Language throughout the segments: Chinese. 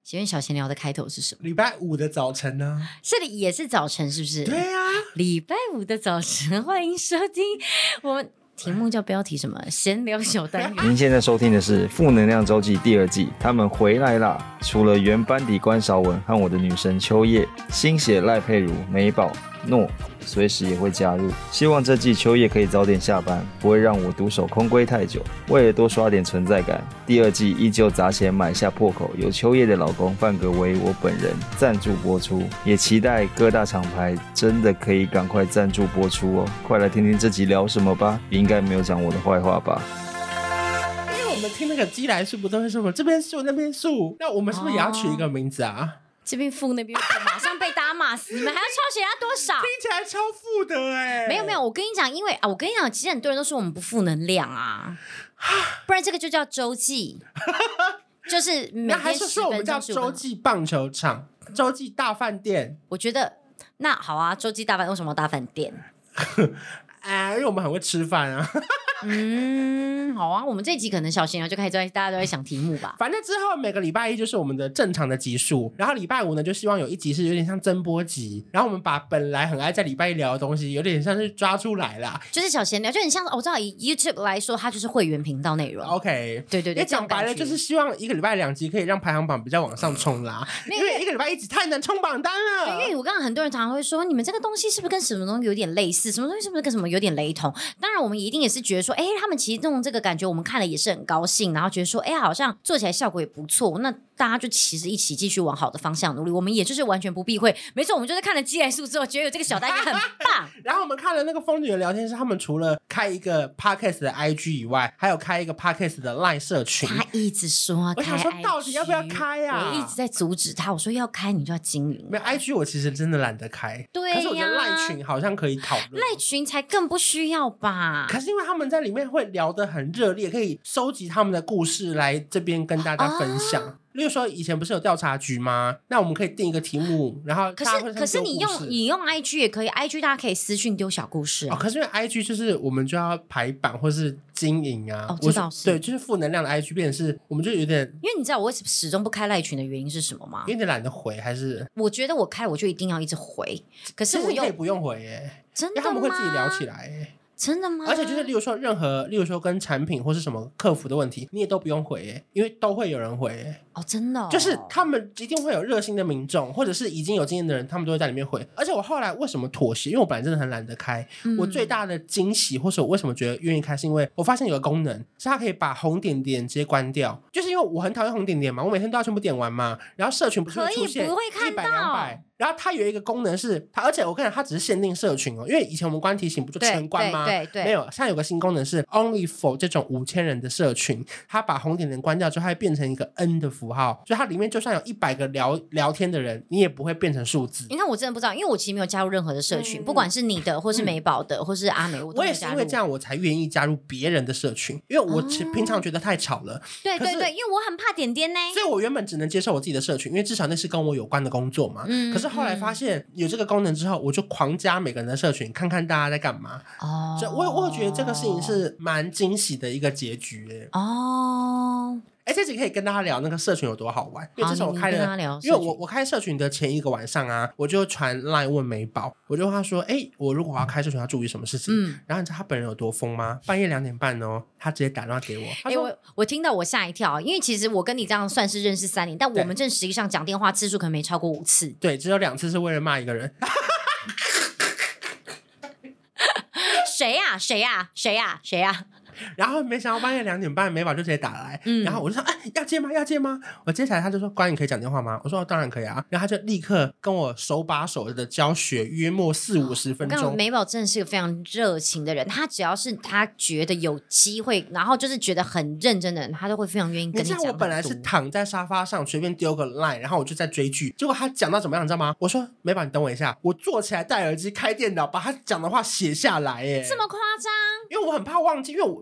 请问小闲聊的开头是什么？ 礼拜五的早晨呢？ 也是早晨是不是？ 对啊， 礼拜五的早晨，欢迎收听我们题目叫标题什么？闲聊小单元。 您现在收听的是《负能量周记》第2季，他们回来啦！除了原班底关韶文和我的女神秋叶，新血赖佩如、美宝、诺随时也会加入。希望这季秋叶可以早点下班，不会让我独守空闺太久。为了多刷点存在感，第2季依旧砸钱买下破口，由秋叶的老公范格为我本人赞助播出，也期待各大厂牌真的可以赶快赞助播出哦！快来听听这集聊什么吧，应该没有讲我的坏话吧？ 因为我们听那个鸡来树不都会说什么这边树那边树，那我们是不是也要取一个名字啊？ 这边负那边负，马上被大家骂死！你们还要抄袭人家多少？ 听起来超负的哎！ 没有，我跟你讲，因为我跟你讲，其实很多人都说我们不负能量啊，不然这个就叫周记，就是每天那还是说我们叫洲际棒球场、洲际大饭店？ 我觉得那好啊，洲际大饭为什么大饭店？ 因为我们很会吃饭啊。 好啊，我们这集可能小闲聊就开始大家都在想题目吧。 反正之后每个礼拜一就是我们的正常的集数，然后礼拜五呢就希望有一集是有点像增播集，然后我们把本来很爱在礼拜一聊的东西有点像是抓出来啦， 就是小闲聊，就很像我知道以 YouTube 来说，它就是会员频道内容。 OK， 对， 因为讲白了就是希望一个礼拜2集可以让排行榜比较往上冲啦，因为一个礼拜1集太难冲榜单了。 因为我刚刚很多人常常会说，你们这个东西是不是跟什么东西有点类似，什么东西是不是跟什么有点雷同？当然我们一定也是觉得说，他们其实弄这个感觉我们看了也是很高兴，然后觉得说好像做起来效果也不错，那大家就其实一起继续往好的方向努力，我们也就是完全不避讳。没错，我们就是看了鸡来素之后觉得有这个小单元很棒然后我们看了那个疯女的聊天室，他们除了开一个 podcast 的 IG 以外，还有开一个 podcast 的 LINE 社群。 他一直说开 IG， 我想说到底要不要开啊？ 我一直在阻止他，我说要开你就要经营。 没有 IG 我其实真的懒得开， 对呀， 可是我觉得LINE群好像可以讨论， LINE群才更不需要吧。 可是因为他们在里面会聊得很热烈，可以收集他们的故事来这边跟大家分享。例如说以前不是有调查局吗？那我们可以定一个题目，然后可是你用 IG 也可以， IG 大家可以私讯丢小故事可是因为 IG 就是我们就要排版或是经营啊。 这倒是。 对，就是负能量的 IG 变成是我们就有点， 因为你知道我始终不开LINE群的原因是什么吗？ 因为你懒得回，还是我觉得我开我就一定要一直回，可是我可以不用回耶， 真的吗？ 因为他们会自己聊起来耶。 真的吗？ 而且就是例如说跟产品或是什么客服的问题，你也都不用回耶，因为都会有人回耶。 真的就是他们一定会有热心的民众，或者是已经有经验的人，他们都会在里面回。而且我后来为什么妥协？因为我本来真的很懒得开。我最大的惊喜，或是我为什么觉得愿意开，是因为我发现有个功能是它可以把红点点直接关掉。就是因为我很讨厌红点点嘛，我每天都要全部点完嘛，然后社群不是会出现100、200，然后它有一个功能是它，而且我跟你讲，它只是限定社群哦，因为以前我们关提醒不就全关吗？ 对， 没有，现在有个新功能是 only for 这种5000人的社群，它把红点点关掉之后，它会变成一个 N 的符号，就它里面就算有100个聊天的人，你也不会变成数字。 你看我真的不知道，因为我其实没有加入任何的社群，不管是你的或是美宝的或是阿美， 我也是因为这样我才愿意加入别人的社群，因为我平常觉得太吵了。 对，因为我很怕点点呢， 所以我原本只能接受我自己的社群，因为至少那是跟我有关的工作嘛。可是后来发现有这个功能之后，我就狂加每个人的社群，看看大家在干嘛。所以我觉得这个事情是蛮惊喜的一个结局这集可以跟大家聊那个社群有多好玩，因为这是我开的，因为我开社群的前一个晚上啊，我就传 LINE 问美宝，我就问他说我如果要开社群要注意什么事情。然后你知道他本人有多疯吗？半夜2点半他直接打电话给我，他说我听到我吓一跳，因为其实我跟你这样算是认识3年，但我们实际上讲电话次数可能没超过5次。 对，只有2次是为了骂一个人。 谁呀？ 然后没想到半夜2点半美宝就直接打来，然后我就说要接吗？我接起来他就说关你可以讲电话吗？我说当然可以啊。然后他就立刻跟我手把手的教学，约莫40-50分钟。 美宝真的是个非常热情的人，他只要是他觉得有机会，然后就是觉得很认真的人，他都会非常愿意跟你讲。 你知道我本来是躺在沙发上随便丢个 LINE， 然后我就在追剧，结果他讲到怎么样你知道吗？我说美宝你等我一下，我坐起来戴耳机开电脑把他讲的话写下来。 这么夸张？ 因为我很怕忘记，因为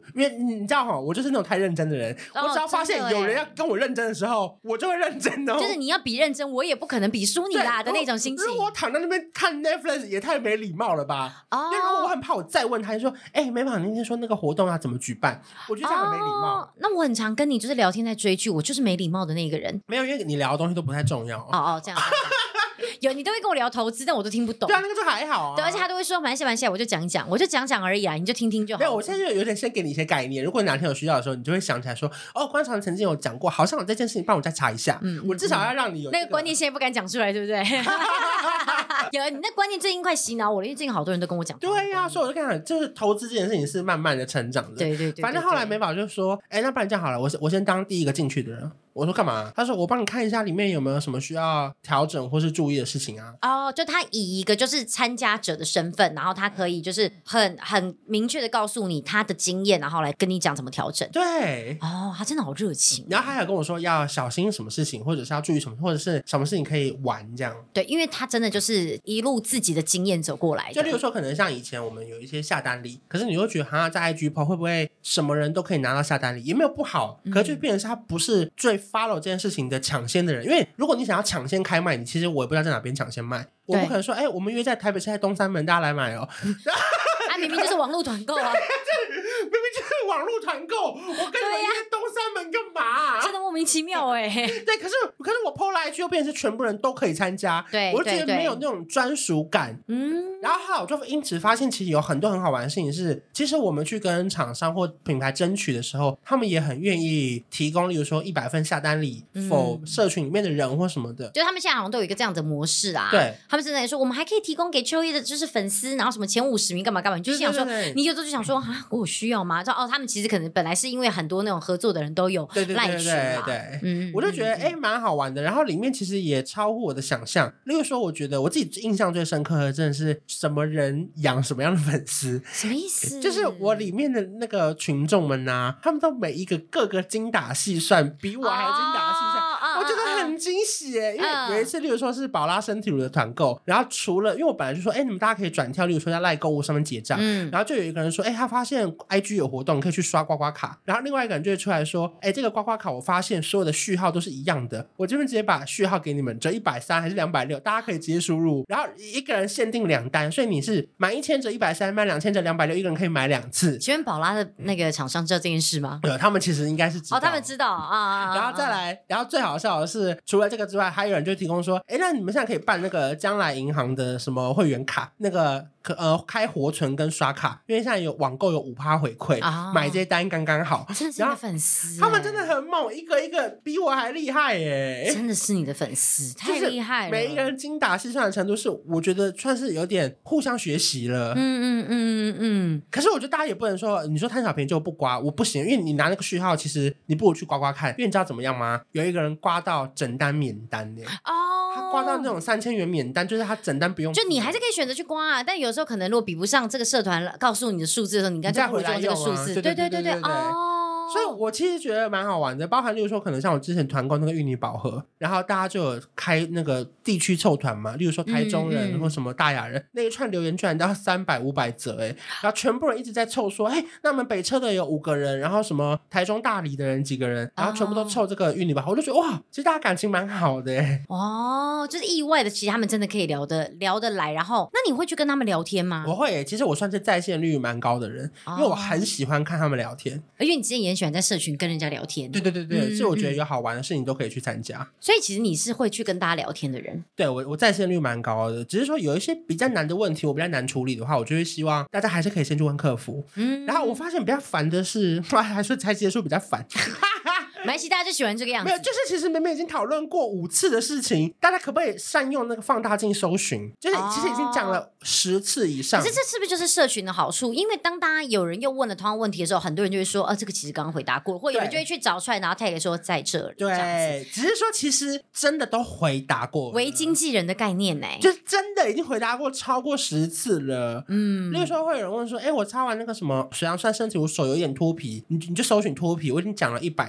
因为你知道哈，我就是那种太认真的人，我只要发现有人要跟我认真的时候，我就会认真哦。 就是你要比认真，我也不可能比输你啦的那种心情。 如果我躺在那边看 Netflix 也太没礼貌了吧？因为如果我很怕我再问他，就说美宝，你那天说那个活动要怎么举办？我觉得这样很没礼貌。 那我很常跟你就是聊天在追剧，我就是没礼貌的那个人。 没有，因为你聊的东西都不太重要。 这样。有你都会跟我聊投资，但我都听不懂。 对啊，那个就还好啊。 对，而且他都会说蛮下，我就讲讲而已啊，你就听听就好。 没有，我现在就有点先给你一些概念，如果哪天有需要的时候，你就会想起来说，观察曾经有讲过，好像有这件事情，帮我再查一下。我至少要让你有、 那个观念，现在不敢讲出来，对不对？有你那观念最近快洗脑我了，因为最近好多人都跟我讲。 对呀，所以我就跟你讲，就是投资这件事情是慢慢的成长的。 对。 反正后来美宝就说，那不然这样好了，我先当第一个进去的人。我说干嘛？他说我帮你看一下里面有没有什么需要调整或是注意的事情啊。 就他以一个就是参加者的身份，然后他可以就是很明确的告诉你他的经验，然后来跟你讲怎么调整。 对。 他真的好热情。 然后他还有跟我说要小心什么事情，或者是要注意什么，或者是什么事情可以玩这样。 对，因为他真的就是一路自己的经验走过来的。 就例如说可能像以前我们有一些下单礼，可是你会觉得在 IG po 会不会什么人都可以拿到下单礼，也没有不好，可是就变成是他不是最 follow 这件事情的抢先的人。因为如果你想要抢先开卖，你其实我也不知道在哪边抢先卖，我不可能说我们约在台北市在东三门大家来买哦。 明明就是网络团购啊。 明明就是网络团购，我跟你们约东三门干嘛真的莫名其妙对，可是我 po 来去又变成是全部人都可以参加， 对， 我就觉得没有那种专属感。然后后来我就因此发现其实有很多很好玩的事情是，其实我们去跟厂商或品牌争取的时候，他们也很愿意提供例如说100份下单礼否社群里面的人或什么的。 就他们现在好像都有一个这样的模式啊。 对， 他们真的说我们还可以提供给秋叶的就是粉丝，然后什么前50名干嘛，你就想说，你有时候就想说我有需要吗？他们其实可能本来是因为很多那种合作的人都有赖群嘛。 对，我就觉得蛮好玩的。然后里面其实也超乎我的想象。例如说我觉得我自己印象最深刻的真的是什么人养什么样的粉丝。 什么意思？ 就是我里面的那个群众们啊，他们都每一个各个精打细算，比我还精打细算，我觉得很惊喜耶。因为有一次例如说是宝拉身体乳的团购，然后除了因为我本来就说你们大家可以转跳例如说在赖购物上面结账，然后就有一个人说他发现 IG 有活动可以去刷刮刮卡，然后另外一个人就会出来说这个刮刮卡我发现所有的序号都是一样的，我这边直接把序号给你们，折130还是260，大家可以直接输入，然后一个人限定2单，所以你是买1000折130，买2000折260，一个人可以买2次。 请问宝拉的那个厂商知道这件事吗？ 他们其实应该是知道。 他们知道啊。 然后再来，然后最好笑的是除了这个之外，还有人就提供说那你们现在可以办那个将来银行的什么会员卡，那个开活存跟刷卡，因为现在有网购有5%回馈，买这些单刚刚好。 真的是你的粉丝他们真的很猛，一个一个比我还厉害耶。 真的是你的粉丝，太厉害了。 每一个人精打细算的程度是我觉得算是有点互相学习了。可是我觉得大家也不能说你说贪小便宜就不刮，我不行，因为你拿那个序号其实你不如去刮刮看，因为你知道怎么样吗？有一个人刮到整单免单耶。他刮到那种3000元免单，就是他整单不用， 就你还是可以选择去刮啊，但有时候可能如果比不上这个社团告诉你的数字的时候，你应该再回来用这个数字。对。 所以我其实觉得蛮好玩的，包含例如说可能像我之前团购那个芋泥宝盒，然后大家就有开那个地区凑团嘛，例如说台中人或什么大雅人，那一串留言居然到300、500折然后全部人一直在凑说那我们北车的有5个人，然后什么台中大理的人几个人，然后全部都凑这个芋泥宝盒，我就觉得哇，其实大家感情蛮好的就是意外的，其实他们真的可以聊得来。然后那你会去跟他们聊天吗？ 我会其实我算是在线率蛮高的人，因为我很喜欢看他们聊天， 因为你之前也很喜欢在社群跟人家聊天。 对，所以我觉得有好玩的事情都可以去参加。 所以其实你是会去跟大家聊天的人。 对，我在线率蛮高的，只是说有一些比较难的问题我比较难处理的话，我就会希望大家还是可以先去问客服。然后我发现比较烦的是还说才结束比较烦没关系，大家就喜欢这个样子。 没有，就是其实明明已经讨论过5次的事情，大家可不可以善用那个放大镜搜寻？就是其实已经讲了10次以上。 可是这是不是就是社群的好处？因为当大家有人又问了同样问题的时候，很多人就会说这个其实刚刚回答过，或有人就会去找出来，然后tag说在这里。 对，只是说其实真的都回答过了， 为经纪人的概念呢， 就真的已经回答过超过10次了。例如说会有人问说我擦完那个什么水杨酸身体我手有点脱皮，你就搜寻脱皮，我已经讲了100次说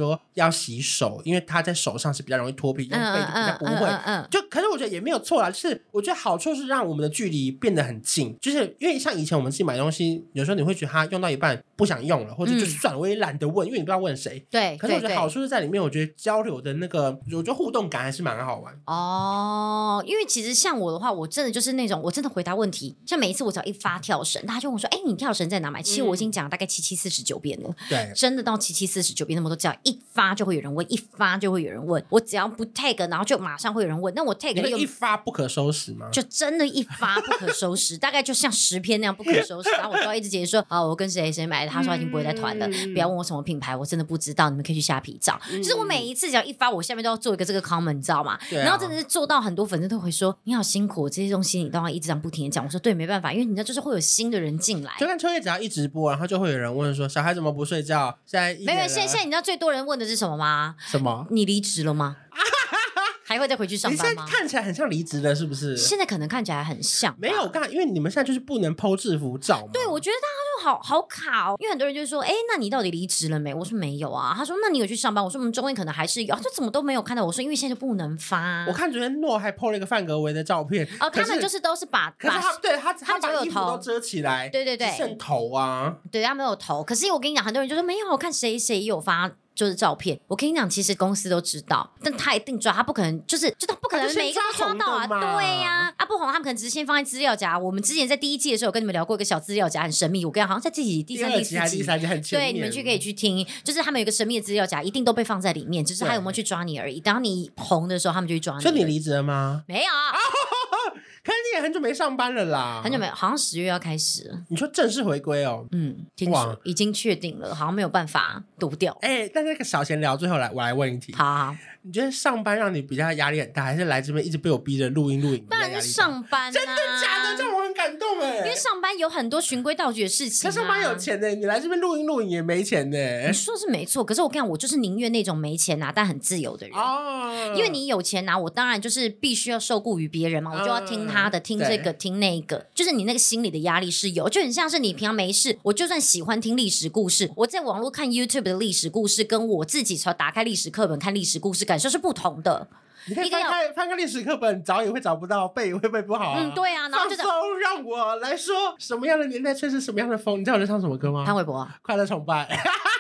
说要洗手，因为它在手上是比较容易脱皮，用背就比较不会。就可是我觉得也没有错啦，就是我觉得好处是让我们的距离变得很近，就是因为像以前我们自己买东西，有时候你会觉得它用到一半不想用了，或者就算了，我也懒得问，因为你不知道问谁。 对， 可是我觉得好处是在里面，我觉得交流的那个，我觉得互动感还是蛮好玩。 因为其实像我的话，我真的就是那种，我真的回答问题，像每一次我只要一发跳绳，大家就问我说：“你跳绳在哪买？”其实我已经讲了大概7749遍了， 对， 真的到7749遍，那么多，只要一发就会有人问，一发就会有人问，我只要不 tag， 然后就马上会有人问。那我 tag 你会一发不可收拾吗？ 就真的一发不可收拾，大概就像10篇那样不可收拾。然后我就要一直解释说：“我跟谁谁买的，他说他已经不会再团了，不要问我什么品牌，我真的不知道，你们可以去虾皮找。”就是我每一次只要一发，我下面都要做一个这个 comment， 你知道吗？然后真的是做到很多粉丝都会说：“你好辛苦，这些东西你都要一直这样不停的讲。”我说：“对，没办法，因为你知道，就是会有新的人进来。” 就看秋叶只要一直播，然后就会有人问说：“小孩怎么不睡觉？”现在没有，现在你知道最多人问的是什么吗？ 什么？ 你离职了吗？还会再回去上班吗？ 你现在看起来很像离职的，是不是？ 现在可能看起来很像， 没有因为你们现在就是不能 po 制服照嘛。 对，我觉得大家就好卡哦，因为很多人就说：“那你到底离职了没？”我说：“没有啊。”他说：“那你有去上班？”我说：“我们中间可能还是有。”他说：“怎么都没有看到？”我说：“因为现在就不能发。” 我看昨天诺还 po 了一个范格维的照片， 他们就是都是把， 可是他把衣服都遮起来， 对， 只剩头啊， 对，他没有头。可是我跟你讲，很多人就说没有，我看谁有发。就是照片，我跟你讲，其实公司都知道，但他一定抓，他不可能，就是他不可能每一个都抓到啊，对呀，不红，他们可能只是先放在资料夹。我们之前在第1季的时候，有跟你们聊过一个小资料夹，很神秘。我跟你讲，好像在第3、第4集，对，你们可以去听，就是他们有一个神秘的资料夹，一定都被放在里面，只是他有没有去抓你而已。等到你红的时候，他们就去抓你。 所以你离职了吗？ 没有。 可是你也很久没上班了啦， 很久没有，好像10月要开始了。 你说正式回归哦？ 听说已经确定了，好像没有办法躲不掉。 但那个小闲聊最后我来问一题。 好， 你觉得上班让你比较压力很大，还是来这边一直被我逼着录音？ 当然是上班啊！ 真的假的？这样我很感动因为上班有很多循规蹈矩的事情。 可是上班有钱你来这边录音也没钱你说是没错，可是我跟你讲，我就是宁愿那种没钱拿但很自由的人因为你有钱拿，我当然就是必须要受雇于别人嘛，我就要听他的，听这个听那个，就是你那个心理的压力是有，就很像是你平常没事，我就算喜欢听历史故事，我在网络看 YouTube 的历史故事，跟我自己打开历史课本看历史故事，感受是不同的。 你可以翻开历史课本，找也会找不到，背也会背不好对啊，然后放松，让我来说什么样的年代吹是什么样的风。你知道我在唱什么歌吗？ 潘玮柏快乐崇拜。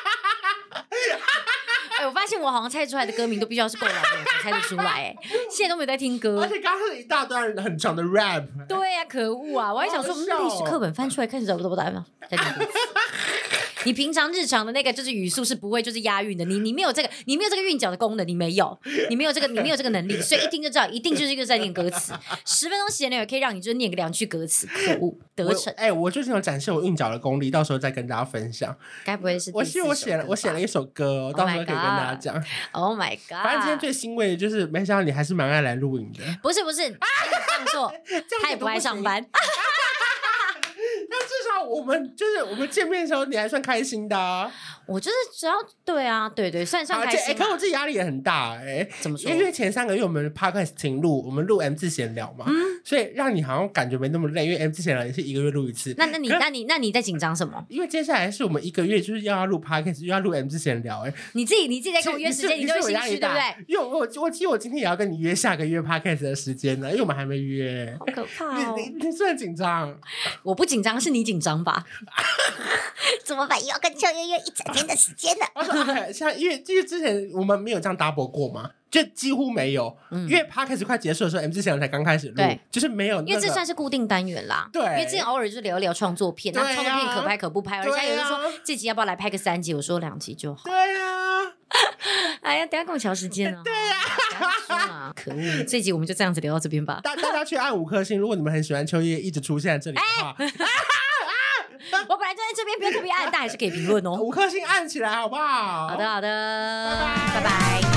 我发现我好像猜出来的歌名都必须要是够老的人才猜得出来现在都没有在听歌， 而且刚刚是一大段很长的 rap。 对啊，可恶啊，我还想说历史课本翻出来看找不到在听歌词。你平常日常的那个就是语速是不会就是押韵的，你没有这个韵脚的功能，你没有这个能力，所以一听就知道一定就是一个在念歌词。10分钟闲聊也可以让你就是念个2句歌词，可恶得逞。 我最近有展示我韵脚的功力，到时候再跟大家分享。 该不会是我写了一首歌到时候可以跟大家讲。 Oh my god！ 反正今天最欣慰的就是没想到你还是蛮爱来录影的。 不是这样做他也不爱上班。 那至少我们见面的时候你还算开心的我就是只要对啊，对，算开心可我自己压力也很大怎么说？ 因为前3个月我们 podcast 停录，我们录 M 字闲聊嘛，所以让你好像感觉没那么累，因为 M 字闲聊也是1个月录一次。 那你在紧张什么？ 因为接下来是我们1个月就是要录 podcast， 又要录 M 字闲聊你自己在跟我约时间，你都会心虚对不对？ 因为我记得我今天也要跟你约下个月 podcast 的时间呢，因为我们还没约。 好可怕你是很紧张？ 我不紧张，是你紧张吧？ 怎么办？又要跟秋月约一整天的时间了。 我说像因为之前我们没有这样 double 过嘛，就几乎没有。因为 podcast 快结束的时候 M 之前才刚开始录，就是没有因为这算是固定单元啦。 对， 因为之前偶尔就是聊一聊创作片，那创作片可拍可不拍，而且有人说这集要不要来拍个3集，我说2集就好。 对啊。 哎呀，等一下跟我调时间对啊，可恶！这集我们就这样子聊到这边吧。 大家去按5颗星，如果你们很喜欢秋叶一直出现在这里的话。 我本来就在这边，不要特别按，但还是可以评论哦。 5颗星按起来好不好？ 好的， 拜拜。